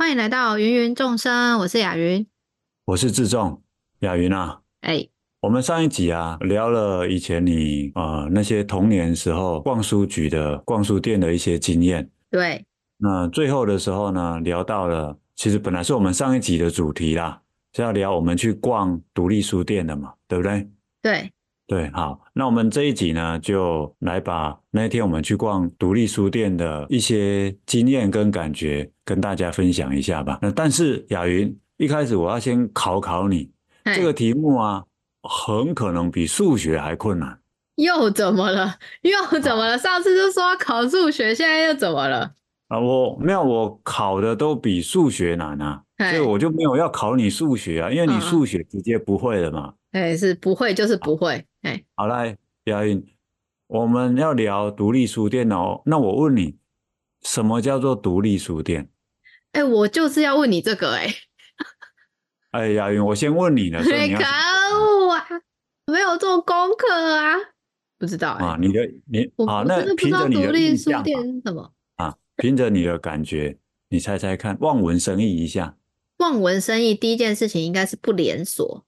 欢迎来到芸芸众生，我是雅云， 我是志仲。雅云啊，我们上一集啊聊了以前你那些童年时候逛书局的逛书店的一些经验。 对那最后的时候呢，聊到了其实本来是我们上一集的主题啦，是要聊我们去逛独立书店的嘛，对不对？ 对， 对，好，那我们这一集呢，就来把那一天我们去逛独立书店的一些经验跟感觉跟大家分享一下吧。那但是雅云，一开始我要先考考你，这个题目啊，很可能比数学还困难又怎么了？又怎么啊。 了？上次就说要考数学，现在又怎么了？ 我没有，我考的都比数学难啊，所以哎， 我就没有要考你数学啊，因为你嗯， 数学直接不会了嘛。 是不会就是不会， 好来，雅云，我们要聊独立书店哦。那我问你，什么叫做独立书店？ 我就是要问你这个， 哎，雅云，我先问你了，所以你可要先恶啊，没有做功课啊，不知道啊，那我真的不知凭着你的道独立印象吧， 书店是什么。 凭着你的感觉，你猜猜看，望文生义一下。 望文生义，第一件事情应该是不连锁。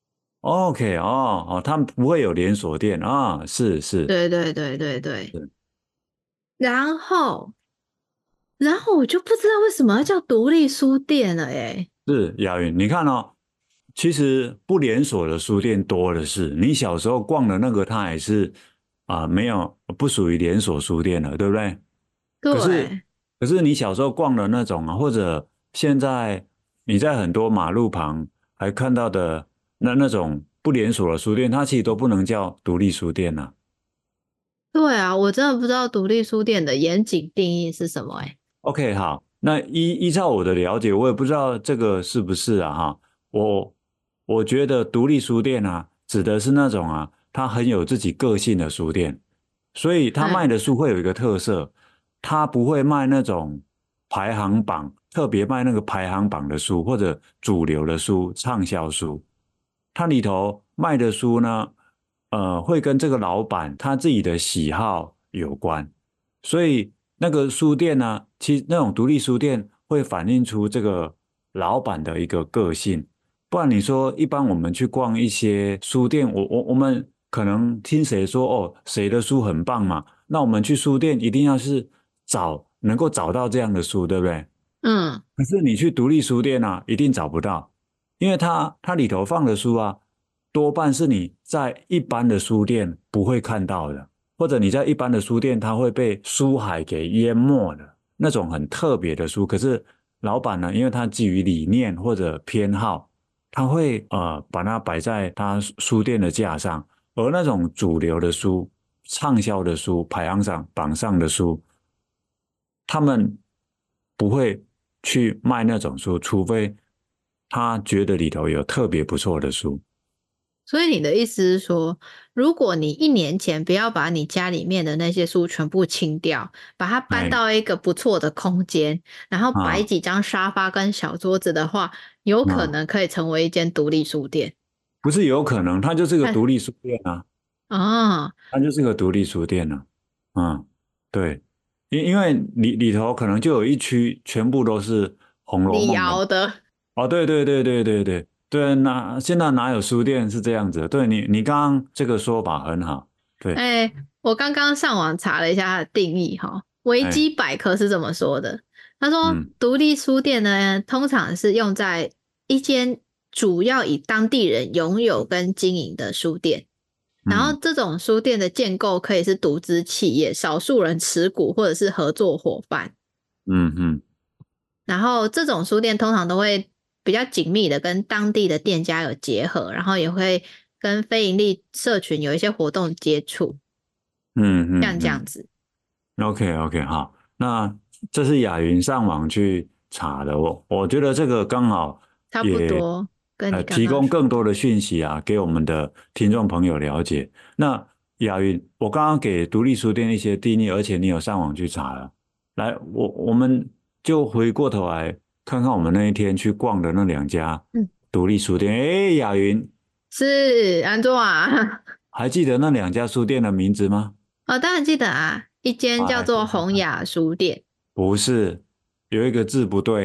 OK，他们不会有连锁店啊，是是对对对对对， 是然后我就不知道为什么要叫独立书店了是，雅云，你看哦，其实不连锁的书店多的是，你小时候逛的那个，它还是没有不属于连锁书店的，对不对？可是， 对， 可是你小时候逛的那种啊，或者现在你在很多马路旁还看到的那种不连锁的书店，它其实都不能叫独立书店呐、 对啊，我真的不知道独立书店的严谨定义是什么 OK，好，那依照我的了解，我也不知道这个是不是啊哈。我觉得独立书店啊，指的是那种啊，它很有自己个性的书店，所以它卖的书会有一个特色，它不会卖那种排行榜，特别卖那个排行榜的书或者主流的书、畅销书。它里头卖的书呢，会跟这个老板他自己的喜好有关，所以那个书店呢，其实那种独立书店会反映出这个老板的一个个性。不然你说，一般我们去逛一些书店，我们可能听谁说哦，谁的书很棒嘛，那我们去书店一定要是能够找到这样的书，对不对？ 嗯， 可是你去独立书店啊，一定找不到，因为它里头放的书啊，多半是你在一般的书店不会看到的，或者你在一般的书店，它会被书海给淹没的那种很特别的书。可是老板呢，因为他基于理念或者偏好，他会把它摆在他书店的架上，而那种主流的书、畅销的书、排行榜上的书，他们不会去卖那种书，除非他觉得里头有特别不错的书。 所以你的意思是说，如果你1年前不要把你家里面的那些书全部清掉，把它搬哎到一个不错的空间，然后摆啊几张沙发跟小桌子的话，有可啊， 能可以成为一间独立书店。 不是有可能，它就是个哎， 独立书店啊， 啊， 它就是个独立书店啊。嗯，对，因为里头可能就有一区全部都是《红楼李梦》的。 敖的。 哦，对对对对对对对，现在哪有书店是这样子的？对你刚刚这个说法很好。对， 我刚刚上网查了一下它的定义哈，维哎， 基百科是这么说的。他说， 嗯独立书店呢，通常是用在一间主要以当地人拥有跟经营的书店，然后嗯这种书店的建构可以是独资企业、少数人持股或者是合作伙伴。 嗯嗯。 然后这种书店通常都会比较紧密的跟当地的店家有结合，然后也会跟非营利社群有一些活动接触， 嗯嗯像这样子。 嗯，OK OK，好，那这是雅云上网去查的，我觉得这个刚好差不也多跟你刚提供刚说的。 更多的讯息啊，给我们的听众朋友了解。那雅云，我刚刚给独立书店一些定义，而且你有上网去查了，来，我们就回过头来看看我们那一天去逛的那两家嗯， 独立书店。诶，雅云是安卓啊。 还记得那两家书店的名字吗？ 当然记得啊，一间啊， 叫来说说看。 做洪雅书店。 不是，有一个字不对。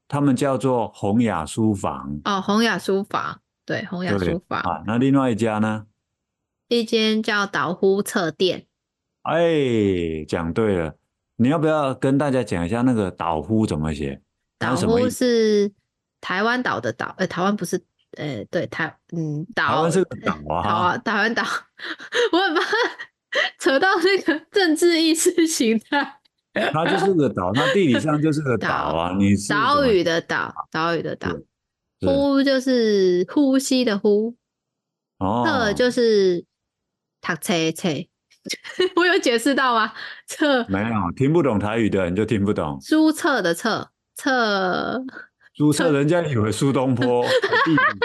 他们叫做洪雅书房。 哦，洪雅书房，对，洪雅对书房， 啊，那另外一家呢？ 一间叫岛呼侧店。 哎，讲对了，你要不要跟大家讲一下那个岛呼怎么写？它是岛呼什么意思？ 是台湾岛的岛，台湾不是，对，岛， 台湾是个岛啊， 台湾岛，我很怕扯到那个政治意识形态。 它就是个岛，它地理上就是个岛岛啊。你是怎岛么屿的岛，岛屿的岛， 是是呼就是呼吸的呼，侧哦， 就是读册的册，我有解释到吗？侧没有听不懂台语的人就听不懂。 书册的册，册注册册人家以为苏东坡地理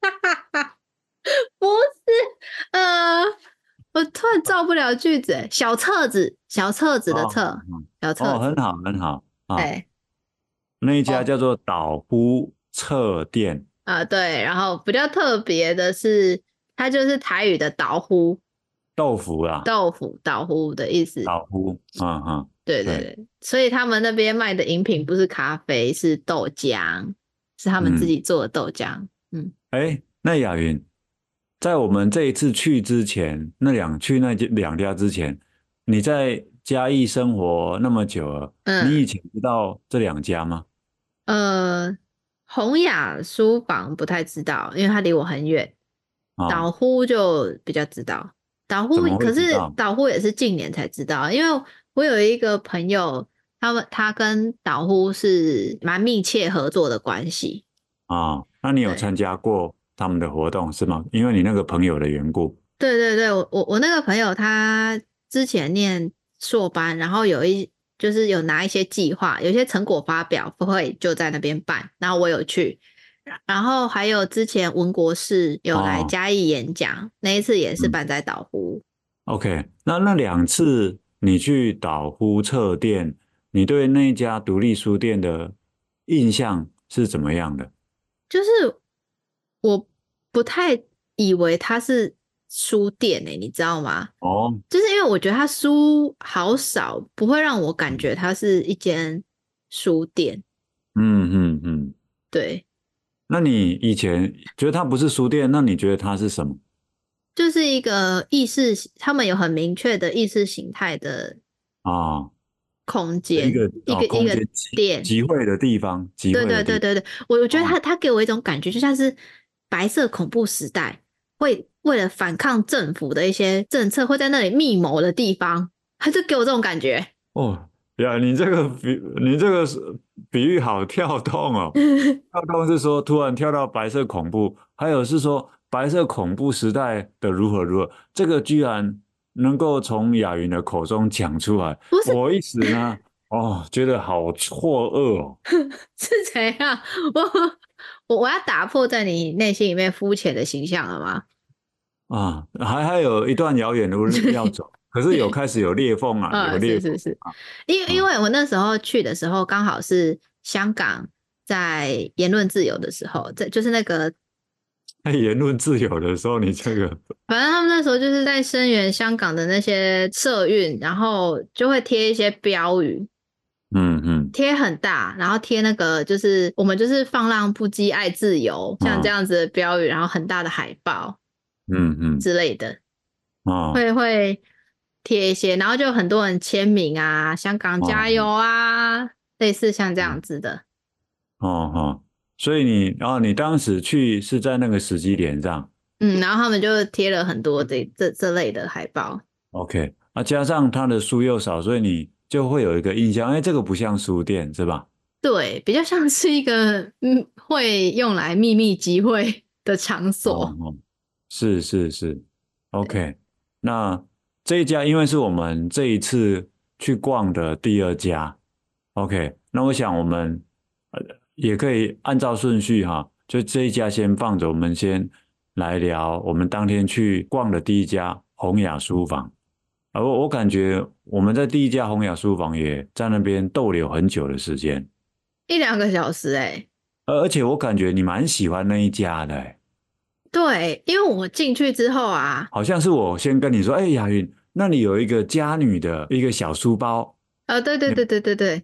不是，我突然造不了句子，小册子，小册子的哦册，小哦， 册子， 很好很好啊。 哎， 那一家哦， 叫做岛呼侧店。 对，然后比较特别的是，它就是台语的岛呼， 豆腐啦， 豆腐岛呼的意思。 岛呼，对， 对对对，所以他们那边卖的饮品不是咖啡，是豆浆，是他们自嗯， 己做的豆浆。嗯哎，那雅云，在我们这一次去之前，去那两家之前，你在嘉义生活那么久了，你嗯， 以前知道这两家吗？ 呃，洪雅书房不太知道，因为它离我很远。 啊， 岛呼就比较知道，岛呼怎么会可是知道岛呼也是近年才知道，因为我有一个朋友，他跟岛呼是蛮密切合作的关系。 啊？那你有对参加过他们的活动是吗？因为你那个朋友的缘故。 对对对，我那个朋友他之前念硕班，然后就是有拿一些计划，有一些成果发表会就在那边办，然后我有去。然后还有之前文国士有来哦， 嘉义演讲，那一次也是嗯办在岛呼。 ，OK，那两次你去岛呼册店，你对那一家独立书店的印象是怎么样的？ 就是我不太以为它是书店你知道吗？ 哦， 就是因为我觉得它书好少，不会让我感觉它是一间书店。 嗯嗯嗯， 对， 那你以前觉得它不是书店，那你觉得它是什么就是一个他们有很明确的意识形态的啊？ 空间， 一个一个空间店。 集会的地方，集对会的地对对对对，我觉得方。 他给我一种感觉，就像是白色恐怖时代会为了反抗政府的一些政策，会在那里密谋的地方，他就给我这种感觉。 哦呀，你这个是比喻好跳动哦。跳动是说突然跳到白色恐怖，还有是说白色恐怖时代的如何如何，这个居然能够从雅云的口中讲出来， 不是我一时呢，哦，觉得好错愕哦。 是怎样？我要打破在你内心里面肤浅的形象了吗？ 啊，还有一段遥远的路要走，可是开始有裂缝啊，有裂缝是是是， 啊。 因啊， 为我那时候去的时候，刚好是香港在言论自由的时候，就是那个， 在言论自由的时候，你这个， 反正他们那时候就是在声援香港的那些社运，然后就会贴一些标语， 嗯嗯贴很大，然后贴那个就是我们就是放浪不羁爱自由，像这嗯样子的标语，然后很大的海报嗯嗯， 之类的， 哦会贴一些，然后就很多人签名啊，香港加油哦啊，类似像这样嗯子的。 哦哦，所以你当时去是在那个时机点上然后他们就贴了很多这类的海报。 ，OK，啊，加上他的书又少，所以你就会有一个印象，哎，这个不像书店是吧？ 对，比较像是一个会用来秘密集会的场哦所。 哦，是是是，OK，那这一家因为是我们这一次去逛的第二家，OK，那我想我们也可以按照顺序哈，就这一家先放着，我们先来聊我们当天去逛的第一家洪雅书房。我感觉我们在第一家洪雅书房也在那边逗留很久的时间， 1-2个小时而且我感觉你蛮喜欢那一家的，哎， 对，因为我进去之后啊， 好像是我先跟你说，哎，雅云，那里有一个家女的一个小书包， 对对对对对对，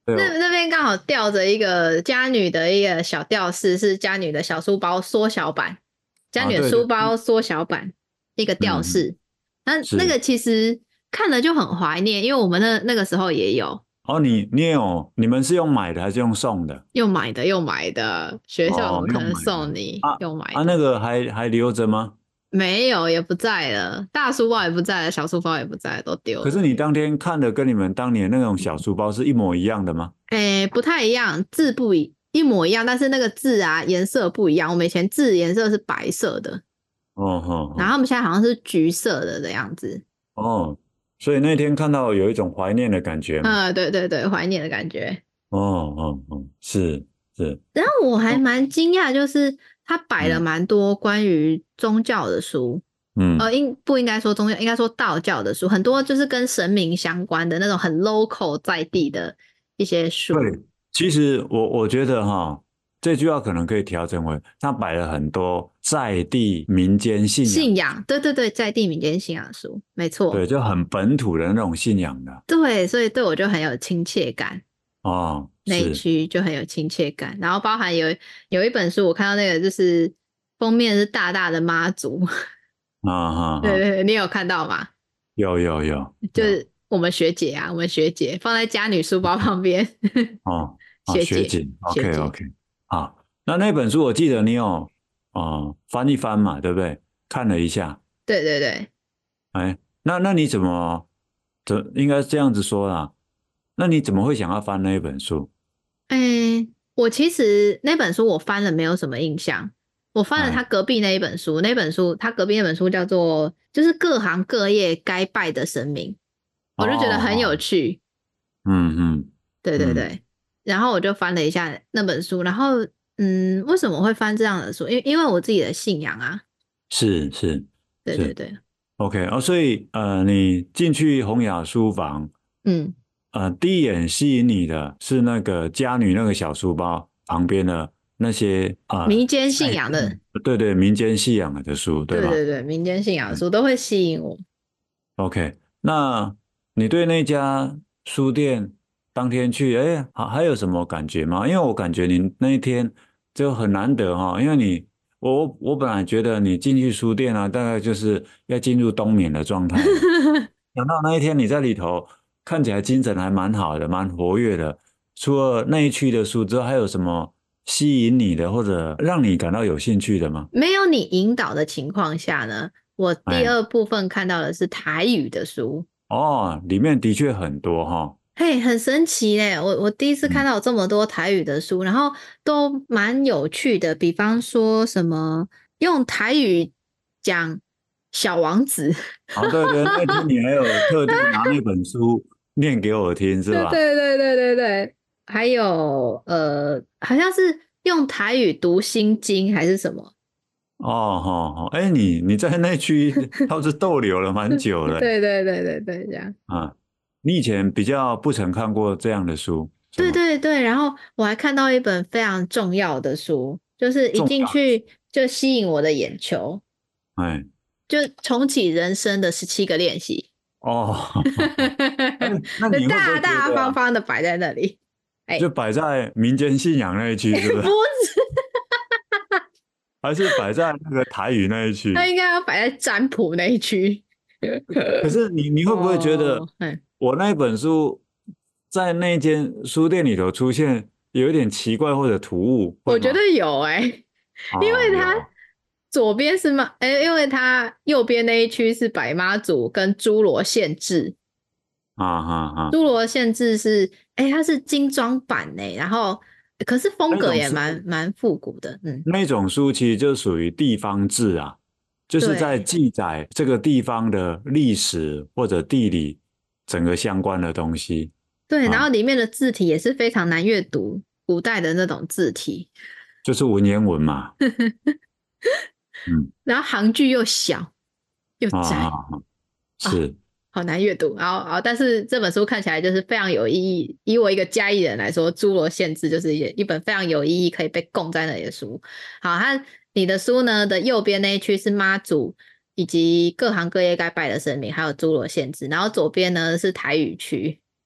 对哦， 那边刚好吊着一个家女的一个小吊饰，是家女的小书包缩小版，家女的对对， 书包缩小版一个吊嗯， 饰。那是。 个其实看了就很怀念，因为我们那个时候也有哦，你也有，你们是用买的还是用送的？ 用买的，学校怎哦， 么可能用买的送你啊啊， 用买的？ 那个还留着吗？ 没有，也不在了，大书包也不在了，小书包也不在了，都丢了。 可是你当天看的跟你们当年那种小书包是一模一样的吗？ 诶，不太一样，字不一模一样，但是那个字啊颜色不一样。我们以前字颜色是白色的， 哦哦哦然后他们现在好像是橘色的样子。 哦，所以那天看到有一种怀念的感觉嘛。 对对对，怀念的感觉。 哦哦哦，是是， 然后我还哦蛮惊讶，就是他摆了嗯蛮多关于宗教的书， 嗯， 不应该说宗教，应该说道教的书，很多就是跟神明相关的那种很 local 在地的一些书。 对，其实我觉得哈，这句话可能可以调整为，他摆了很多在地民间信仰， 信仰，对对对，在地民间信仰的书，没错， 对，就很本土的那种信仰的。 对，所以对我就很有亲切感。 哦， 那一是区就很有亲切感。然后包含有一本书，我看到那个就是封面是大大的妈祖， 啊哈哈， 对对对，你有看到吗？ 有有有有， 就是我们学姐啊，我们学姐放在家女书包旁边， 哦哦， 学姐学姐学 ，OK 姐， OK，好，那本书我记得你有翻一翻嘛，对不对？看了一下， 对对对， 哎，那你应该这样子说啦？那你怎么会想要翻那一本书？ 我其实那本书我翻了没有什么印象，我翻了他哎， 隔壁那一本书，那本书他隔壁那本书叫做就是各行各业该拜的神明， 哦我就觉得很有哦， 趣。 嗯嗯嗯， 对对对，然后我就翻了一下那本书，然后为什么会翻这样的书？因为我自己的信仰啊， 是是是对对对， ，OK 哦，所以你进去洪雅书房， 嗯， 第一眼吸引你的是那个家女那个小书包旁边的那些民间信在仰的， 对对民间信仰的书，对吧？ 对对对，民间信仰的嗯书都会吸引我。 ，OK，那你对那家书店当天去，哎，还有什么感觉吗？因为我感觉你那一天就很难得哈，因为我本来觉得你进去书店啊，大概就是要进入冬眠的状态了。想到那一天你在里头看起来精神还蛮好的，蛮活跃的。除了那一区的书之后，还有什么吸引你的或者让你感到有兴趣的吗？ 没有你引导的情况下呢，我第哎， 二部分看到的是台语的书， 哦，里面的确很多哈。 嘿，很神奇嘞！我第一次看嗯， 到有这么多台语的书，然后都蛮有趣的。比方说什么用台语讲《小王子》， 啊，对对，那天你还有特地拿那本书念给我听，是对吧？ 对对对对对，还有好像是用台语读心经还是什么？ 哦，哦，哦，哎，你在那区倒是逗留了蛮久对了对对对对，这样。 啊。你以前比较不曾看过这样的书，是对吗？ 对对，然后我还看到一本非常重要的书，就是一重要的书， 进去就吸引我的眼球， 哎， 就重启人生的17个练习。 哦，哎，那就你会不会大大方觉得啊， 方的摆在那里。 就哎、 摆在民间信仰那一区，是不是？ 不是， 还是摆在那个台语那一区？ 它应该要摆在占卜那一区。 可是你会不会觉得哦， 我那本书在那间书店里头出现有一点奇怪或者突兀，会吗？ 我觉得有因哦， 为它有左边是因为它右边那一区是白妈祖跟侏罗县志， 啊哈哈， 侏罗县志是它是精装版然后可是风那格也蛮种书蛮复古的， 那种书其实就属于地方志啊，就是在对记载这个地方的历史或者地理整个相关的东西对，然后啊， 里面的字体也是非常难阅读，古代的那种字体， 就是文言文嘛，嗯然后行距又小又啊啊窄啊， 啊， 是好难阅读。然后，但是这本书看起来就是非常有意义。以我一个嘉义人来说，《侏罗县志》就是一本非常有意义可以被供在那里的书。好，你的书呢的右边那一区是妈祖以及各行各业该拜的神明，还有侏罗县志，然后左边呢是台语区。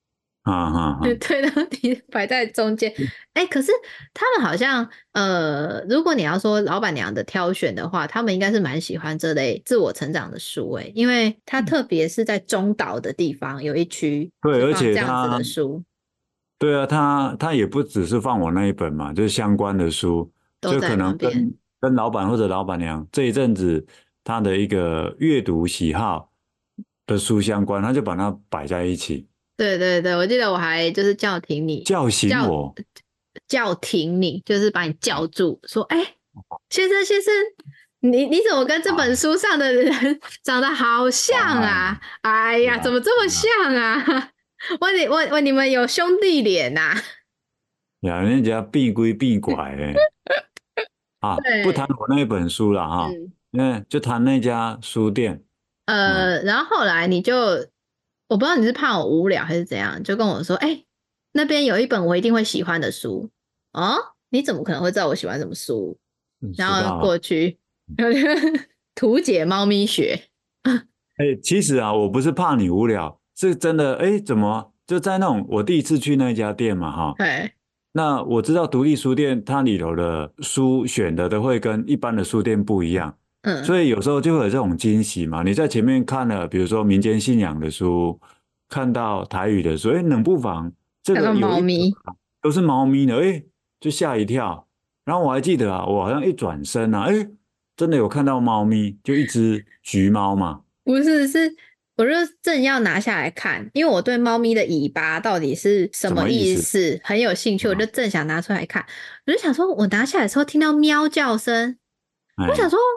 啊哈哈， 对到底摆在中间。哎，可是他们好像如果你要说老板娘的挑选的话，他们应该是蛮喜欢这类自我成长的书诶，因为它特别是在中岛的地方有一区对， 是而放这样子且他， 的书， 对啊，他也不只是放我那一本嘛，就是相关的书， 都在就可能旁边。 跟老板或者老板娘这一阵子他的一个阅读喜好的书相关，他就把它摆在一起， 对对对，我记得我还就是叫停你， 叫醒叫我。 叫停你，就是把你叫住，说：“哎，先生先生，你怎么跟这本书上的人长得好像哎， 啊？哎呀， 是啊， 怎么这么是啊， 像啊？你们有兄弟脸呐、 呀，人家变归变拐哎，啊，不谈对， 我那一本书了哈， 嗯， 就谈那家书店，嗯， 然后后来我不知道你是怕我无聊还是怎样，就跟我说：“哎、那边有一本我一定会喜欢的书。”哦，你怎么可能会知道我喜欢什么书？然后知道啊。 过去图解猫咪学， 哎，其实啊，我不是怕你无聊，是真的，哎，怎么就在那种我第一次去那家店嘛哈， 对， 那我知道独立书店它里头的书选的都会跟一般的书店不一样， 嗯， 所以有时候就会有这种惊喜嘛。你在前面看了，比如说民间信仰的书，看到台语的书，哎，冷不防这看到个有一本猫咪， 啊都是猫咪的，哎，就吓一跳。然后我还记得啊，我好像一转身啊，哎，真的有看到猫咪，就一只橘猫嘛。 不是，我就正要拿下来看，因为我对猫咪的尾巴到底是什么什么意思？ 意思很有兴趣，我就啊？ 正想拿出来看，我就想说，我拿下来的时候听到喵叫声，我想哎， 说，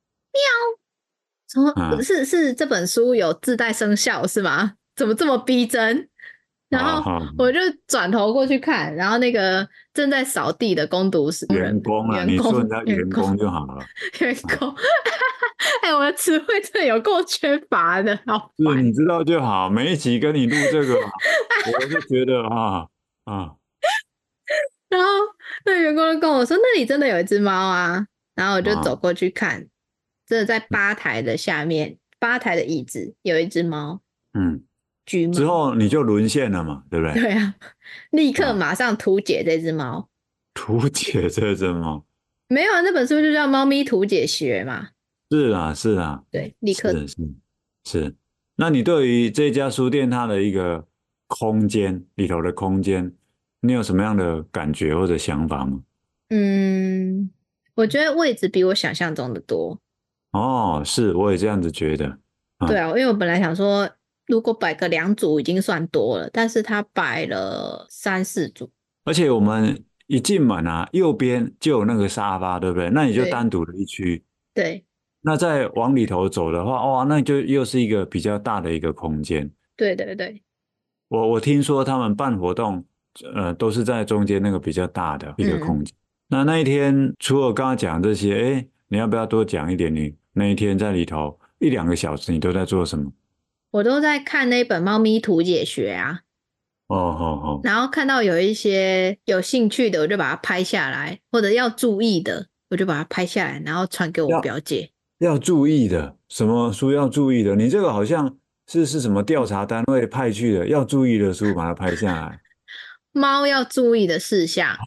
什么嗯， 是这本书有自带声效是吗？怎么这么逼真？然后好好， 我就转头过去看，然后那个正在扫地的工读室工人员工啊，你说人家员工就好了。 员啊， 工，哎，我的词汇真的有够缺乏的，好是烦。 你知道就好。每一集跟你录这个啊，我就觉得啊， 然后那员工就跟我说：“那里真的有一只猫啊。”然后我就走啊， 过去看，真的在吧台的下面，吧台的椅子有一只猫， 嗯，之橘猫。 后你就沦陷了嘛，对不对？ 对啊，立刻啊， 马上图解这只猫。 图解这真吗？ 没有啊，那本书就叫《猫咪图解学》嘛。 是啊，是啊， 对，立刻。 是是。那你对于这家书店它的一个空间里头的空间，你有什么样的感觉或者想法吗？ 嗯，我觉得位置比我想象中的多。 哦，是，我也这样子觉得。啊。 对啊，因为我本来想说，如果摆个2组已经算多了，但是他摆了3、4组。 而且我们一进门啊，右边就有那个沙发，对不对？那你就对单独的一区。 对那再往里头走的话，哇，那就又是一个比较大的一个空间。 对对对， 我听说他们办活动，都是在中间那个比较大的一个嗯。 空间。那一天，除了刚刚讲这些，哎，你要不要多讲一点？你那一天在里头1、2个小时，你都在做什么？ 我都在看那本《猫咪图解学》啊， 哦哦哦， 然后看到有一些有兴趣的，我就把它拍下来，或者要注意的，我就把它拍下来，然后传给我要表姐。 要注意的，什么书要注意的？你这个好像是什么调查单位派去的，要注意的书，把它拍下来。 猫要注意的事项，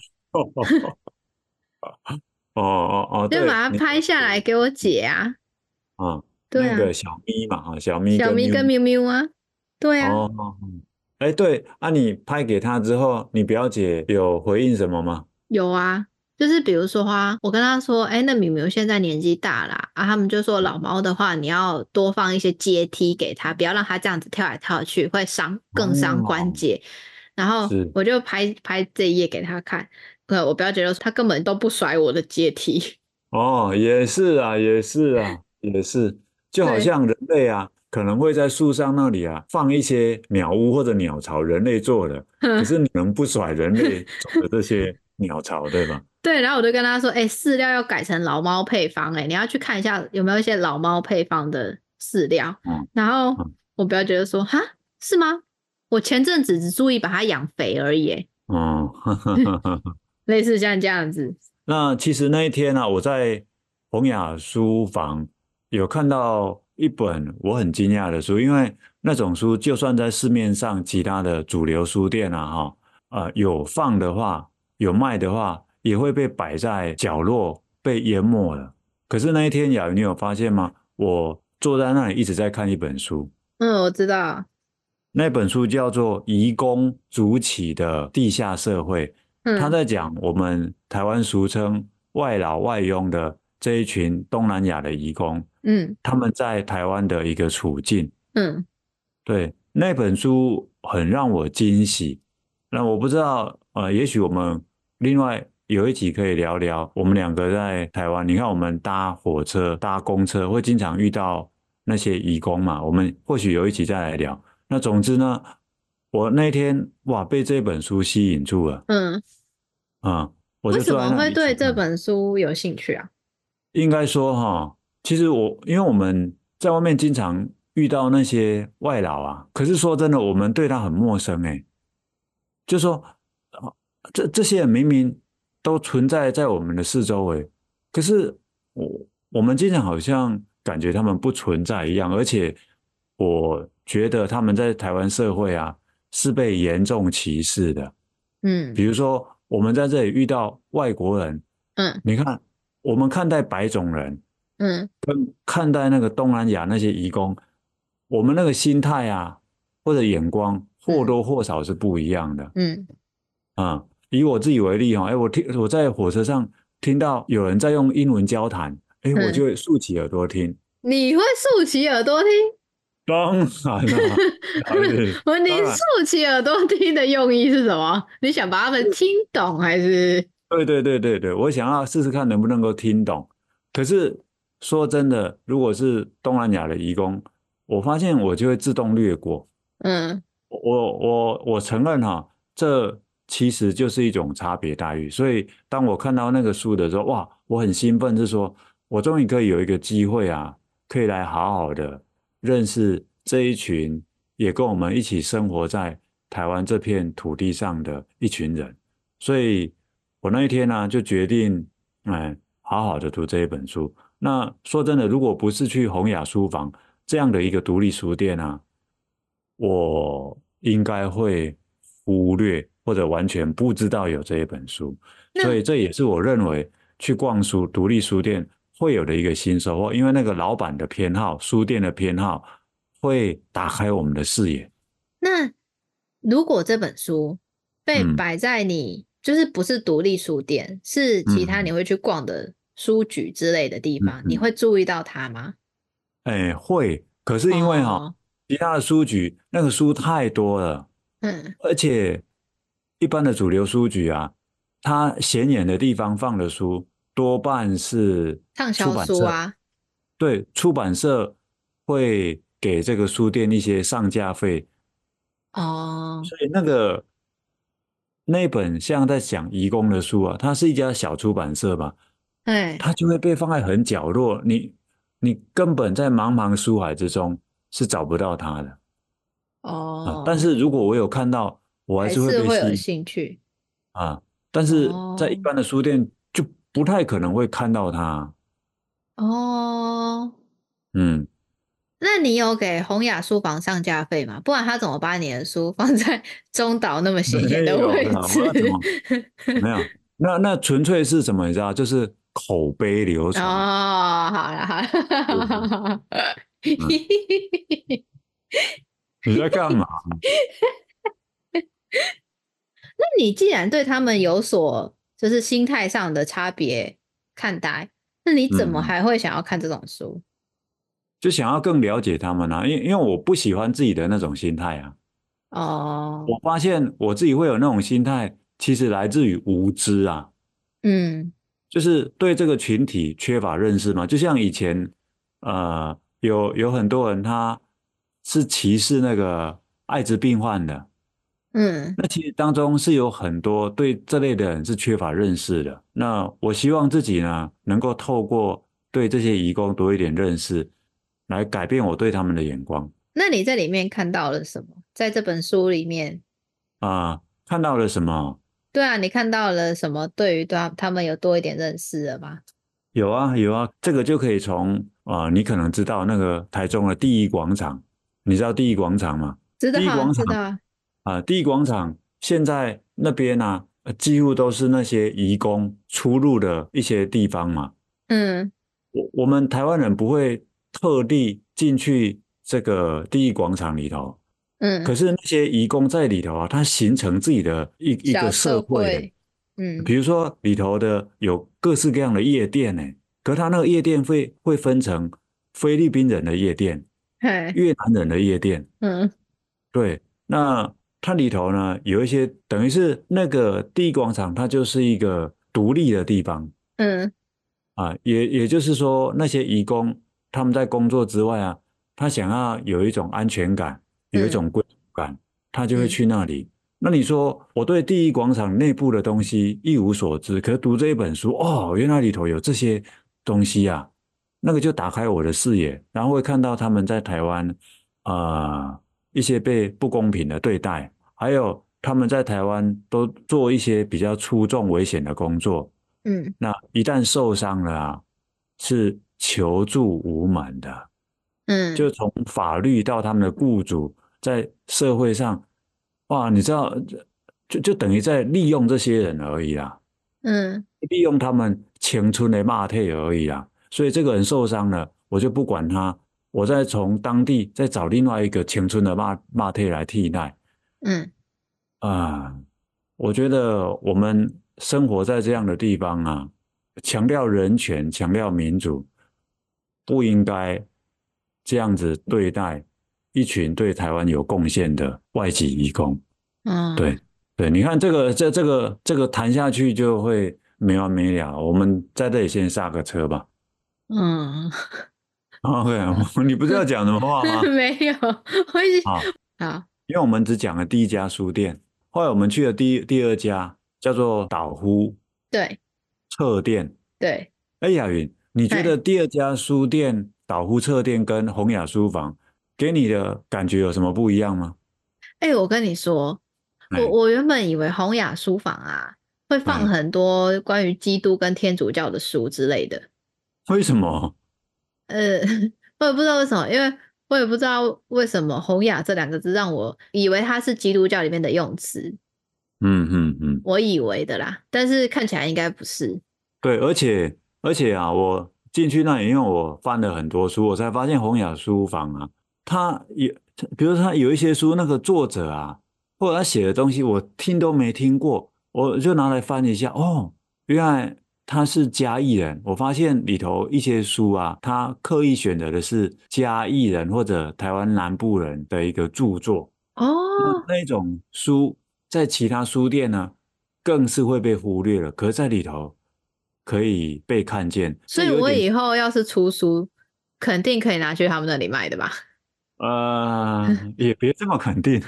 哦， 就对，你把它拍下来给我姐啊。 啊， 对啊， 那个小咪嘛，哈，小咪跟喵， 小咪跟喵喵啊，对啊， 哦，哎，对啊，你拍给他之后，你表姐有回应什么吗？ 有啊。就是比如说啊，我跟她说，哎、那喵喵现在年纪大啦，啊，他们就说老猫的话，你要多放一些阶梯给它，不要让它这样子跳来跳去，会更伤关哦， 节。然后是， 我就拍这一页给他看，我表姐就说他根本都不甩我的阶梯。 哦，也是啊，也是啊，也是，就好对， 像人类啊，可能会在树上那里啊放一些鸟屋或者鸟巢，人类做的，可是你们不甩人类做的这些鸟巢，对吧？ 对，然后我就跟他说，哎、饲料要改成老猫配方、你要去看一下有没有一些老猫配方的饲料。 嗯然后嗯我表姐就说，哈，是吗？我前阵子只注意把它养肥而已、 嗯， 类似像这样子。 那其实那一天呢、我在洪雅书房有看到一本我很惊讶的书，因为那种书就算在市面上其他的主流书店啊，有放的话，有卖的话，也会被摆在角落被淹没了。可是那一天，雅云，你有发现吗？我坐在那里一直在看一本书， 嗯，我知道。 那本书叫做《移工筑起的地下社会》，他嗯在讲我们台湾俗称外劳外佣的这一群东南亚的移工， 嗯他们在台湾的一个处境。 嗯对，那本书很让我惊喜。那我不知道，也许我们另外有一集可以聊聊我们两个在台湾。你看，我们搭火车、搭公车会经常遇到那些移工嘛，我们或许有一集再来聊。那总之呢，我那天哇被这本书吸引住了， 嗯， 我就为什坐在那里一么会对起看。 这本书有兴趣啊？ 应该说哈，其实因为我们在外面经常遇到那些外劳啊，可是说真的，我们对他很陌生诶。就说啊这些人明明都存在在我们的四周围，可是我们经常好像感觉他们不存在一样，而且我觉得他们在台湾社会啊是被严重歧视的。 嗯比如说我们在这里遇到外国人， 嗯你看我们看待白种人嗯跟看待那个东南亚那些移工，我们那个心态啊或者眼光或嗯多或少是不一样的。 嗯以我自己为例我在火车上听到有人在用英文交谈，我就嗯， 会竖起耳朵听。 你会竖起耳朵听？ 当然了，当然， 你当然， 竖起耳朵听的用意是什么？你想把他们听懂还是？ 对对对对对，我想要试试看能不能够听懂。可是说真的，如果是东南亚的移工，我发现我就会自动略过。 嗯我承认哈，这其实就是一种差别待遇。所以当我看到那个书的时候，哇，我很兴奋，是说我终于可以有一个机会啊，可以来好好的认识这一群也跟我们一起生活在台湾这片土地上的一群人。所以我那一天呢，就决定，好好的读这一本书。那说真的，如果不是去洪雅书房这样的一个独立书店啊，我应该会忽略或者完全不知道有这一本书，所那以这也是我认为去逛独立书店会有的一个新收获，因为那个老板的偏好、书店的偏好会打开我们的视野。 那如果这本书被嗯摆在你就是不是独立书店，是其他你嗯会去逛的书局之类的地方，你嗯嗯， 会注意到它吗？ 会，可是因为哦， 其他的书局那个书太多了， 嗯， 而且一般的主流书局啊，它显眼的地方放的书多半是畅销出版社， 书啊， 对，出版社会给这个书店一些上架费， 哦， 所以那本像在讲移工的书啊，它是一家小出版社吧， 哎， 它就会被放在很角落，你根本在茫茫书海之中是找不到它的。但哦， 是如果我有看到，我还还是会是会有被吸引兴趣， 啊。但是在一哦般的书店就不太可能会看到它。 哦。 嗯， 那你有给洪雅书房上架费吗？不然他怎么把你的书放在中岛那么显眼没的有啦， 位置？ 我怎么没有？那纯粹是什么？你知道，就是口碑流哦， 传。 好了好是是， 了， 嗯，你在干嘛？ 那你既然对他们有所就是心态上的差别看待，那你怎么嗯， 还会想要看这种书？ 就想要更了解他们啊，因为我不喜欢自己的那种心态啊。 哦， 我发现我自己会有那种心态，其实来自于无知啊。 嗯就是对这个群体缺乏认识嘛。就像以前，有很多人他是歧视那个艾滋病患的， 嗯， 那其实当中是有很多对这类的人是缺乏认识的。那我希望自己呢，能够透过对这些移工多一点认识，来改变我对他们的眼光那你在里面看到了什么？在这本书里面， 看到了什么？ 对啊，你看到了什么？对于他们有多一点认识了吗？ 有啊有啊，这个就可以从你可能知道那个台中的第一广场，你知道第一广场吗？ 知道第一广场知道。 第一广场现在那边啊，几乎都是那些移工出入的一些地方嘛。 嗯我们台湾人不会特地进去这个第一广场里头，可嗯， 是那些移工在里头啊，它形成自己的一个小社社会的。 会。嗯， 比如说里头的有各式各样的夜店呢，可它那个夜店会分成菲律宾人的夜店、 嘿。 越南人的夜店， 嗯对，那它里头呢有一些等于是那个第一广场，它就是一个独立的地方。 嗯也就是说，那些移工他们在工作之外啊，他想要有一种安全感，有一嗯种归属感，他就会嗯去那里。那你说我对第一广场内部的东西一无所知，可是读这一本书，哦，原来里头有这些东西啊，那个就打开我的视野，然后会看到他们在台湾一些被不公平的对待，还有他们在台湾都做一些比较出众危险的工作。 嗯那一旦受伤了啊，是求助无门的，就嗯从法律到他们的雇主，在社会上，哇，你知道，就等于在利用这些人而已啦， 嗯利用他们青春的骂退而已啦。所以这个人受伤了，我就不管他，我再从当地再找另外一个青春的骂退来替代。 嗯啊，我觉得我们生活在这样的地方啊，强调人权、强调民主，不应该这样子对待一群对台湾有贡献的外籍移工。 嗯对对，你看这个谈下去就会没完没了。我们在这里先下个车吧。 嗯。 OK，你不是要讲什么话吗？ 没有，我已经。 啊， 好。 因为我们只讲了第一家书店，后来我们去了第二家，叫做岛呼对册店。 对。 哎，雅云，你觉哎得第二家书店岛呼册店跟洪雅书房给你的感觉有什么不一样吗？ 哎，我跟你说，我哎我原本以为洪雅书房啊会放哎， 很多关于基督跟天主教的书之类的。 为什么？ 呃，我也不知道为什么，因为我也不知道为什么“洪雅”这两个字让我以为它是基督教里面的用词， 嗯嗯嗯， 我以为的啦，但是看起来应该不是。 对，而且啊，我进去那里，因为我翻了很多书，我才发现洪雅书房啊，它有，比如说它有一些书，那个作者啊，或者他写的东西，我听都没听过，我就拿来翻一下，哦，原来他是嘉义人。我发现里头一些书啊，他刻意选择的是嘉义人或者台湾南部人的一个著作， 哦， 那一种书在其他书店呢，更是会被忽略了，可是在里头可以被看见， 所以我这有一点以后要是出书，肯定可以拿去他们那里卖的吧？ 也别这么肯定。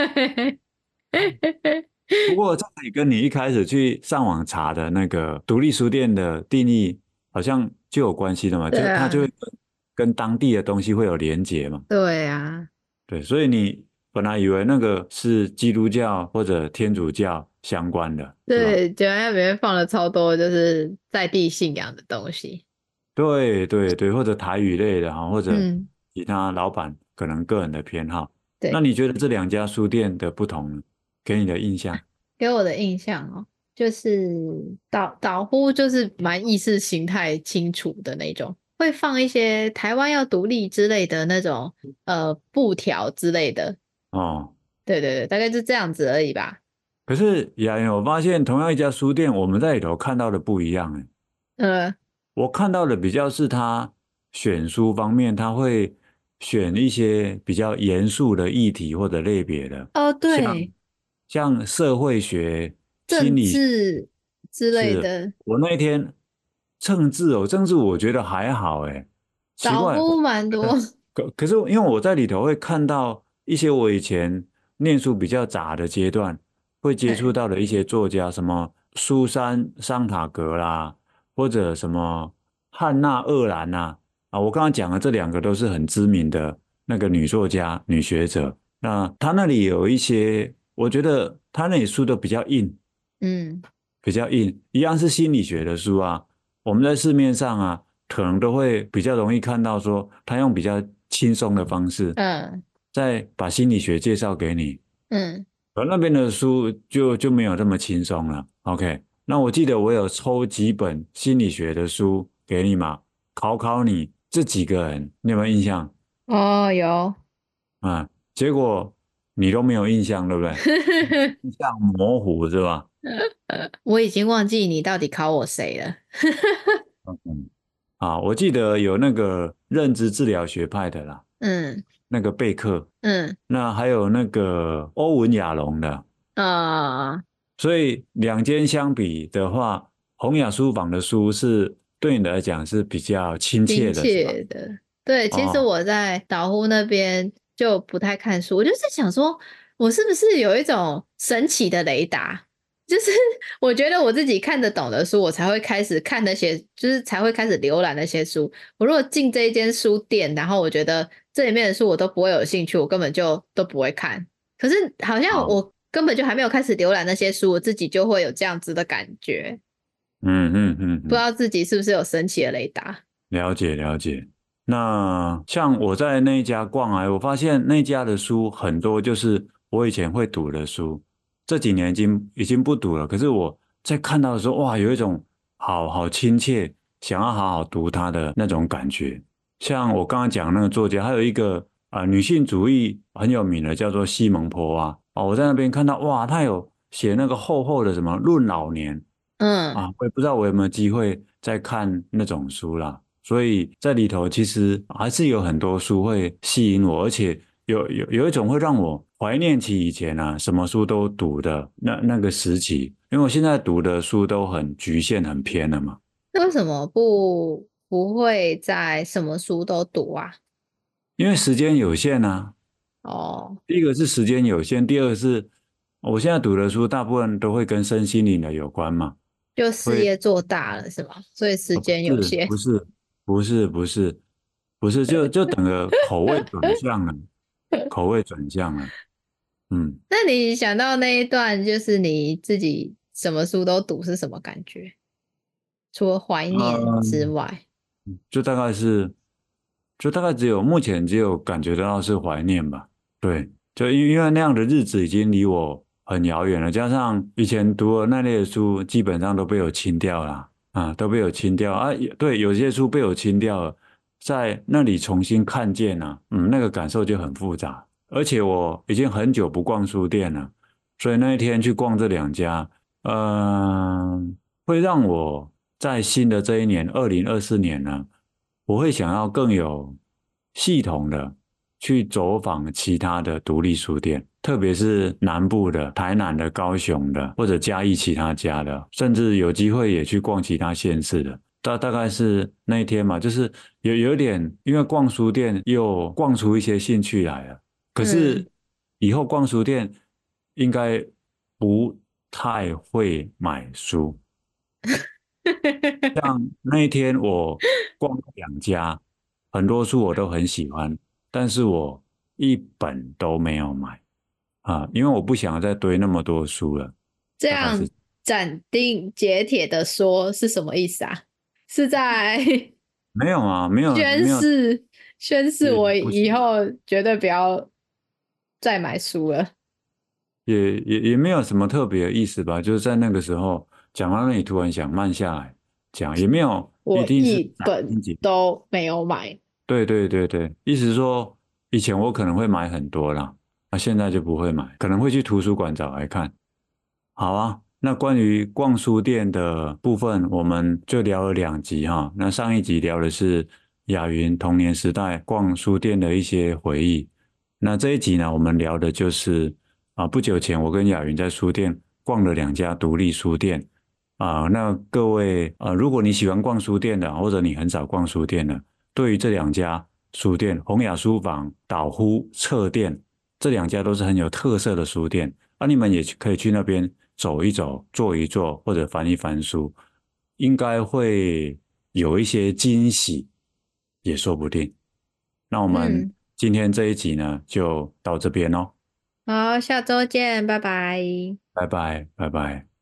不过这可以跟你一开始去上网查的那个独立书店的定义好像就有关系的嘛， 对啊。 就它就会跟当地的东西会有连结嘛。 对啊。 对，所以你本来以为那个是基督教或者天主教相关的，是吧？ 对，酒店里面放了超多就是在地信仰的东西。 对对对，或者台语类的哈，或者嗯， 其他老板可能个人的偏好。那对。 你觉得这两家书店的不同呢给你的印象？ 给我的印象哦，就是岛呼就是蛮意识形态清楚的那种，会放一些台湾要独立之类的那种布条之类的。 哦， 对对对，大概就这样子而已吧。 可是雅云，我发现同样一家书店，我们在里头看到的不一样哎。 呃， 我看到的比较是他选书方面，他会选一些比较严肃的议题或者类别的， 哦像对， 像社会学、心政理学治之类是。 的。 我那一天政治我觉得还好哎，奇怪， 岛呼蛮多。 可是因为我在里头会看到一些我以前念书比较杂的阶段会接触哎。 到的一些作家，什么苏珊桑塔格啦，或者什么汉娜鄂兰呐，我刚刚讲的这两个都是很知名的那个女作家、女学者。那她那里有一些，我觉得她那里书都比较硬， 嗯比较硬，一样是心理学的书啊。 我们在市面上啊，可能都会比较容易看到说，他用比较轻松的方式， 嗯再把心理学介绍给你， 嗯， 而那边的书就没有这么轻松了。OK，那我记得我有抽几本心理学的书给你嘛，考考你这几个人，你有没有印象哦，有， 啊？结果你都没有印象，对不对？印象模糊是吧？ 我已经忘记你到底考我谁了。 嗯，啊，我记得有那个认知治疗学派的啦， 嗯那个贝克， 嗯那还有那个欧文亚龙的， 啊， 所以两间相比的话，洪雅书房的书是对你来讲是比较亲亲切的，是吧？ 切的。对，其实哦， 我在岛呼那边就不太看书，我就是想说，我是不是有一种神奇的雷达？就是我觉得我自己看得懂的书，我才会开始看那些，就是才会开始浏览那些书。我如果进这一间书店，然后我觉得这里面的书我都不会有兴趣，我根本就都不会看。可是好像好， 我根本就还没有开始浏览那些书，我自己就会有这样子的感觉， 嗯嗯嗯嗯， 不知道自己是不是有神奇的雷达。 了解了解。那像我在那一家逛啊，我发现那家的书很多就是我以前会读的书，这几年已经不读了。可是我在看到的时候，哇，有一种好亲切，想要好好读它的那种感觉。像我刚刚讲那个作家，还有一个女性主义很有名的，叫做西蒙波娃哦，我在那边看到哇，他有写那个厚厚的什么《论老年》 嗯。 啊，我也不知道我有没有机会再看那种书啦。所以在里头其实还是有很多书会吸引我，而且有一种会让我怀念起以前啊，什么书都读的那个时期，因为我现在读的书都很局限、很偏了嘛。 那为什么不会在什么书都读啊？ 因为时间有限啊， 哦， 第一个是时间有限，第二个是我现在读的书大部分都会跟身心灵的有关嘛， 就事会业做大了是吗？所以时不间有限。 是不是不是不是不是，就等个口味转向了，口味转向了，嗯。 那你想到那一段，就是你自己什么书都读是什么感觉？除了怀念之嗯， 外， 就大概是，就大概目前只有感觉得到是怀念吧。对，就因为那样的日子已经离我很遥远了，加上以前读的那类的书基本上都被我清掉了啊，都被我清掉啊。对，有些书被我清掉了，在那里重新看见啊，那个感受就很复杂。而且我已经很久不逛书店了，所以那一天去逛这两家，会让我在新的这一年，2024年呢，我会想要更有系统的去走访其他的独立书店，特别是南部的、台南的、高雄的，或者嘉义其他家的，甚至有机会也去逛其他县市的。大概是那一天嘛，就是有点，因为逛书店又逛出一些兴趣来了。可嗯， 是以后逛书店应该不太会买书。那一天我逛了两家，很多书我都很喜欢，但是我一本都没有买啊，因为我不想再堆那么多书了。大概是这样斩钉截铁的说是什么意思啊？是在没有啊，没有宣没有， 誓宣誓也我不是， 以后绝对不要再买书了。 也没有什么特别的意思吧，就是在那个时候讲到那里，突然想慢下来讲，也没有一我定是一本斩钉截都没有买。 对对对对，意思是说，以前我可能会买很多啦，现在就不会买，可能会去图书馆找来看。好啊，那关于逛书店的部分，我们就聊了2集哈。那上一集聊的是雅云童年时代逛书店的一些回忆，那这一集呢，我们聊的就是不久前我跟雅云在书店逛了2家独立书店那各位如果你喜欢逛书店的，或者你很少逛书店的，对于这2家书店，洪雅书房、岛呼册店这2家都是很有特色的书店，你们也可以去那边走一走、坐一坐，或者翻一翻书，应该会有一些惊喜，也说不定。那我们嗯， 今天这一集呢，就到这边哦， 好，下周见，拜拜。 拜拜，拜拜。